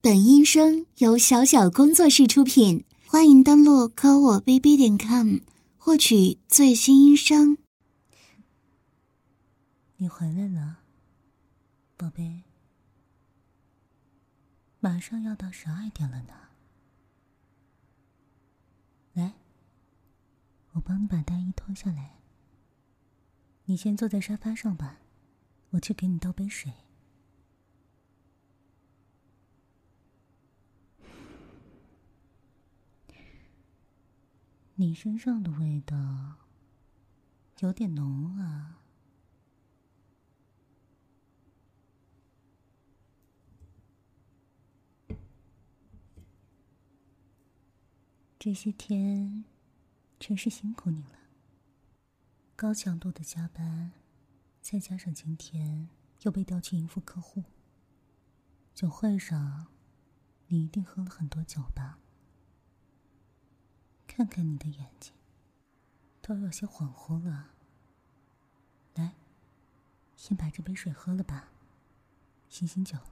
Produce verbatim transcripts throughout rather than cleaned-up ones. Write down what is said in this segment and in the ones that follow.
本音声由小小工作室出品，欢迎登录科我 B B 点 com 获取最新音声。 你回来了，宝贝。马上要到十二点了呢。来，我帮你把大衣脱下来。你先坐在沙发上吧，我去给你倒杯水。你身上的味道有点浓啊。这些天真是辛苦你了，高强度的加班，再加上今天又被调去应付客户，酒会上你一定喝了很多酒吧？看看你的眼睛，都有些恍惚了。来，先把这杯水喝了吧，醒醒酒。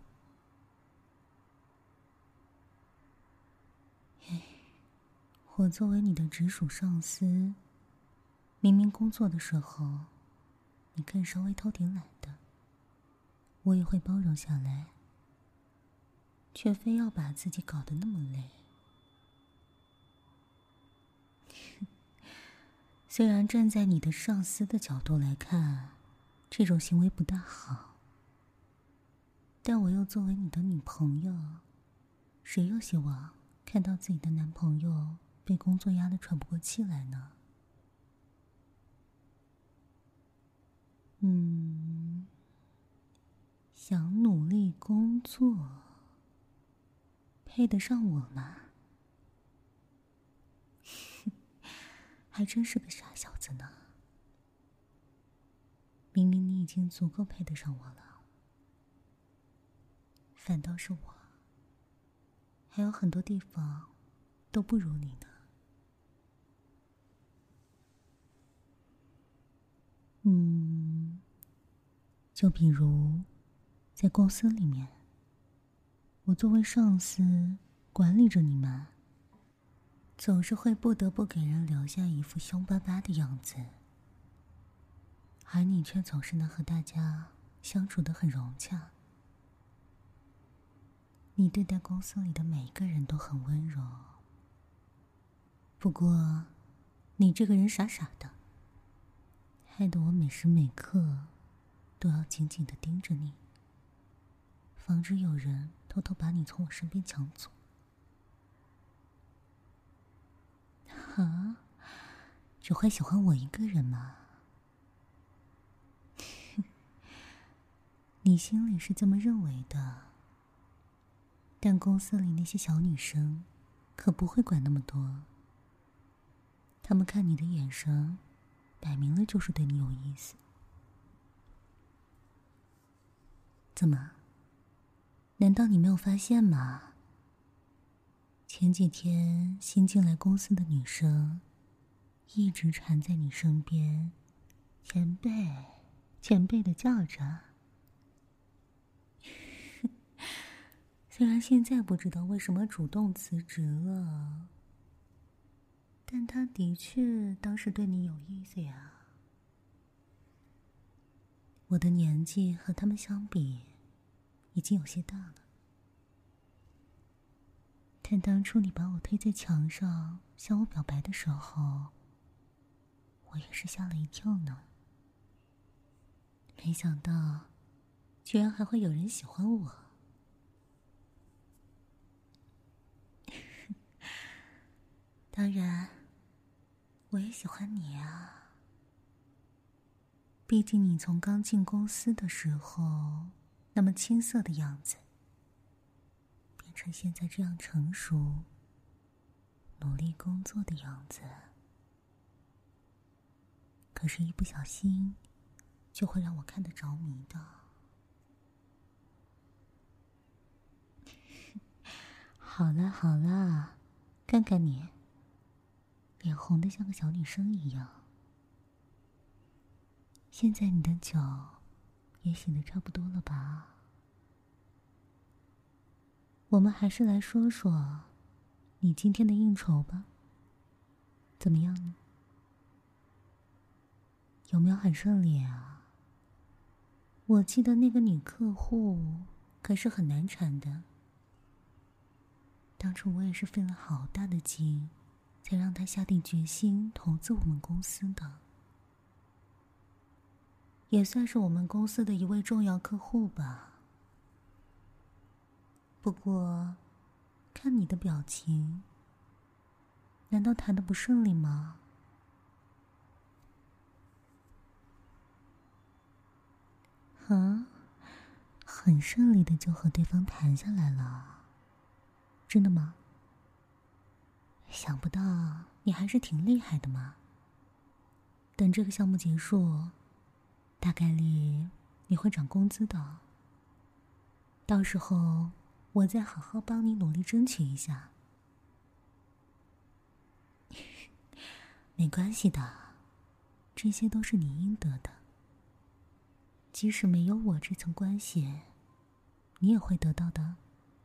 哎，我作为你的直属上司，明明工作的时候你可以稍微偷点懒的，我也会包容下来，却非要把自己搞得那么累。虽然站在你的上司的角度来看，这种行为不大好，但我又作为你的女朋友，谁又希望看到自己的男朋友被工作压得喘不过气来呢？嗯，想努力工作，配得上我吗？还真是个傻小子呢。明明你已经足够配得上我了，反倒是我还有很多地方都不如你呢。嗯，就比如在公司里面，我作为上司管理着你们，总是会不得不给人留下一副凶巴巴的样子，而你却总是能和大家相处得很融洽。你对待公司里的每一个人都很温柔，不过你这个人傻傻的，害得我每时每刻都要紧紧地盯着你，防止有人偷偷把你从我身边抢走。啊，只会喜欢我一个人吗？你心里是这么认为的，但公司里那些小女生可不会管那么多，她们看你的眼神摆明了就是对你有意思。怎么？难道你没有发现吗？前几天新进来公司的女生一直缠在你身边，前辈前辈的叫着。虽然现在不知道为什么主动辞职了，但他的确当时对你有意思呀。我的年纪和他们相比已经有些大了，但当初你把我推在墙上向我表白的时候，我也是吓了一跳呢。没想到居然还会有人喜欢我。当然我也喜欢你啊，毕竟你从刚进公司的时候那么青涩的样子，变成现在这样成熟努力工作的样子，可是一不小心就会让我看得着迷的。好啦好啦，看看你脸红得像个小女生一样。现在你的酒也醒得差不多了吧？ 我们还是来说说你今天的应酬吧，怎么样呢？有没有很顺利啊？我记得那个女客户可是很难缠的，当初我也是费了好大的劲，才让她下定决心投资我们公司的，也算是我们公司的一位重要客户吧。不过，看你的表情，难道谈得不顺利吗？啊，很顺利的就和对方谈下来了，真的吗？想不到你还是挺厉害的嘛。等这个项目结束，大概率你会涨工资的，到时候我再好好帮你努力争取一下。没关系的，这些都是你应得的。即使没有我这层关系，你也会得到的。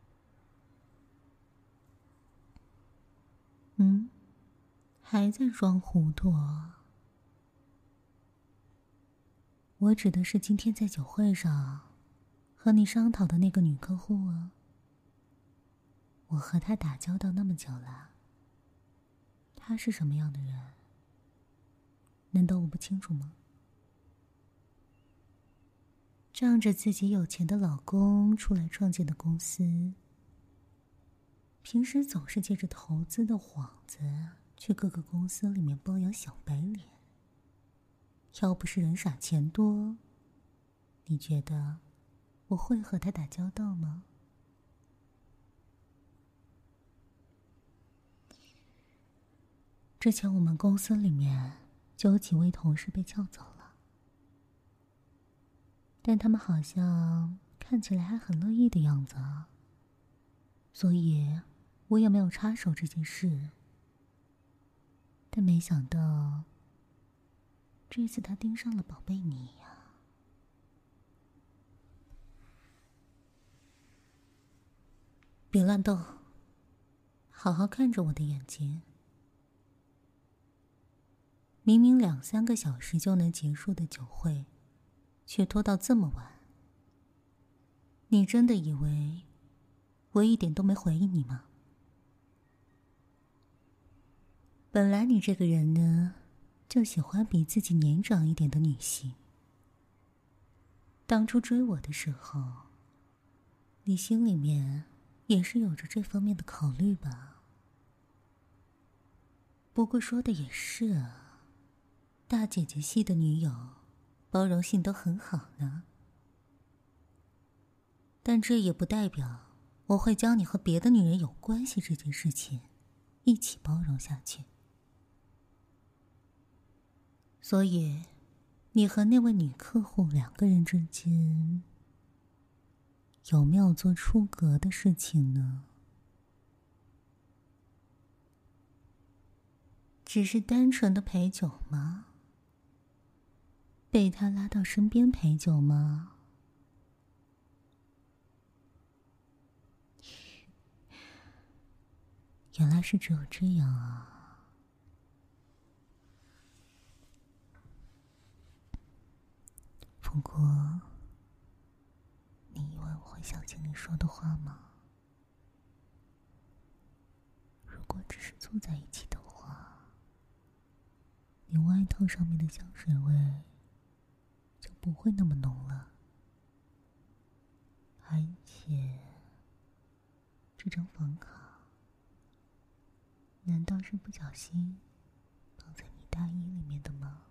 嗯，还在装糊涂啊？我指的是今天在酒会上和你商讨的那个女客户啊。我和她打交道那么久了，她是什么样的人？难道我不清楚吗？仗着自己有钱的老公出来创建的公司，平时总是借着投资的幌子去各个公司里面包养小白脸。要不是人傻钱多，你觉得我会和他打交道吗？之前我们公司里面就有几位同事被撬走了，但他们好像看起来还很乐意的样子啊，所以我也没有插手这件事。但没想到这次他盯上了宝贝你呀。别乱动，好好看着我的眼睛。明明两三个小时就能结束的酒会，却拖到这么晚。你真的以为我一点都没回应你吗？本来你这个人呢，就喜欢比自己年长一点的女性。当初追我的时候，你心里面也是有着这方面的考虑吧？不过说的也是啊，大姐姐系的女友，包容性都很好呢。但这也不代表我会将你和别的女人有关系这件事情一起包容下去。所以，你和那位女客户两个人之间，有没有做出格的事情呢？只是单纯的陪酒吗？被他拉到身边陪酒吗？原来是只有这样啊。不过，你以为我会相信你说的话吗？如果只是坐在一起的话，你外套上面的香水味就不会那么浓了。而且，这张房卡难道是不小心放在你大衣里面的吗？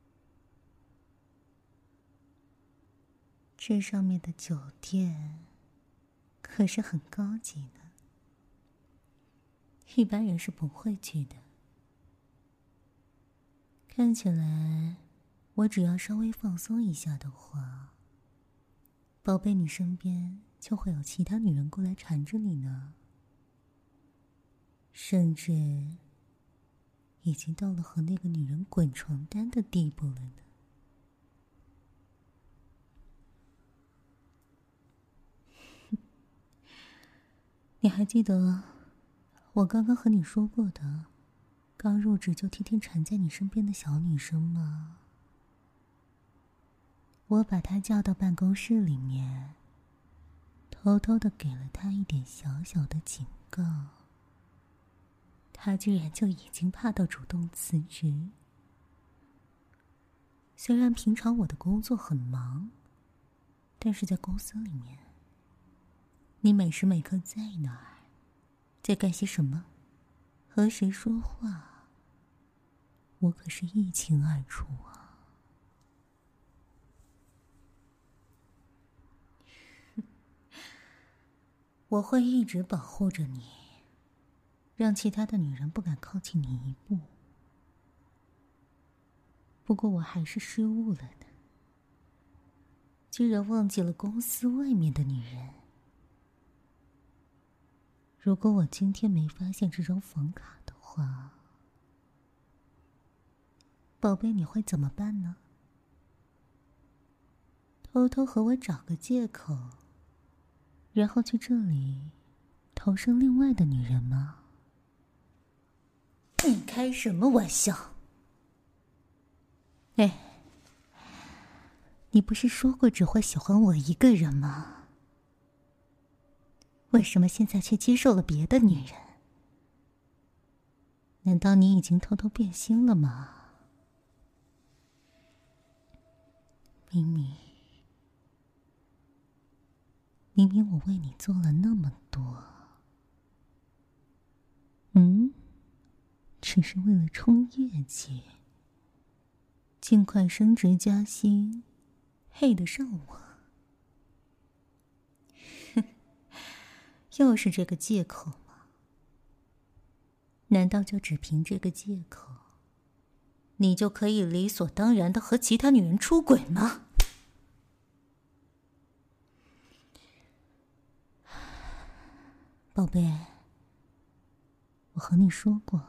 这上面的酒店可是很高级的，一般人是不会去的。看起来，我只要稍微放松一下的话，宝贝，你身边就会有其他女人过来缠着你呢，甚至已经到了和那个女人滚床单的地步了呢。 你还记得我刚刚和你说过的刚入职就天天缠在你身边的小女生吗？我把她叫到办公室里面，偷偷的给了她一点小小的警告，她居然就已经怕到主动辞职。虽然平常我的工作很忙，但是在公司里面，你每时每刻在哪儿，在干些什么，和谁说话，我可是一清二楚啊。我会一直保护着你，让其他的女人不敢靠近你一步。不过我还是失误了的，居然忘记了公司外面的女人。如果我今天没发现这张房卡的话，宝贝，你会怎么办呢？偷偷和我找个借口，然后去这里投生另外的女人吗？你开什么玩笑？哎，你不是说过只会喜欢我一个人吗？为什么现在却接受了别的女人？难道你已经偷偷变心了吗？明明，明明我为你做了那么多，嗯，只是为了冲业绩，尽快升职加薪，配得上我。哼，又是这个借口吗？难道就只凭这个借口，你就可以理所当然的和其他女人出轨吗？宝贝，我和你说过，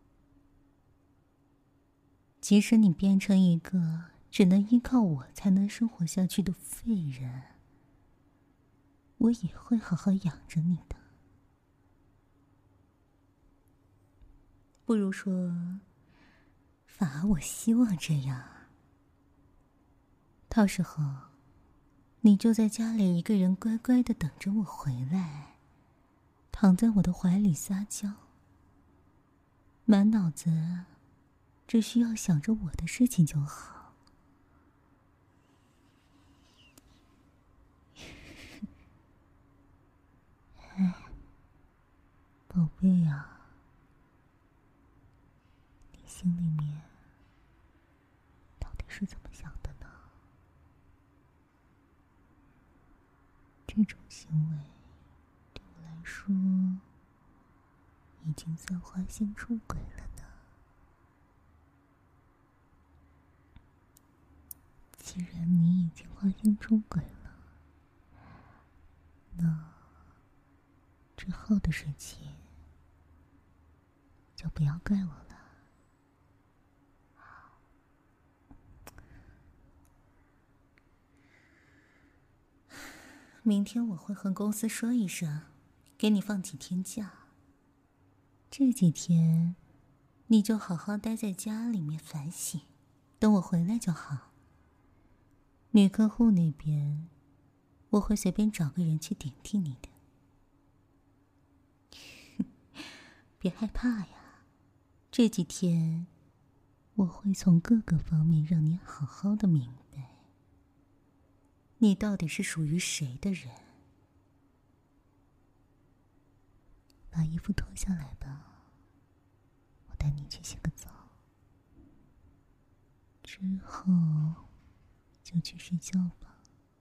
即使你变成一个只能依靠我才能生活下去的废人，我也会好好养着你的。不如说，反而我希望这样。到时候，你就在家里一个人乖乖的等着我回来，躺在我的怀里撒娇，满脑子只需要想着我的事情就好。哎，宝贝啊，你心里面到底是怎么想的呢？这种行为对我来说已经算花心出轨了呢。既然你已经花心出轨了，那之后的事情就不要怪我了。明天我会和公司说一声，给你放几天假。这几天，你就好好待在家里面反省，等我回来就好。女客户那边，我会随便找个人去顶替你的。别害怕呀，这几天，我会从各个方面让你好好的明白，你到底是属于谁的人。把衣服脱下来吧，我带你去洗个澡，之后就去睡觉吧。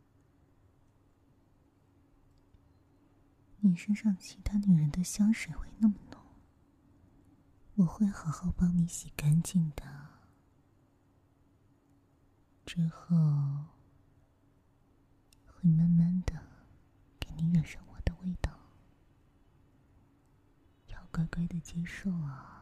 你身上其他女人的香水味那么浓，我会好好帮你洗干净的。之后会慢慢的给你染上我的味道，要乖乖的接受啊。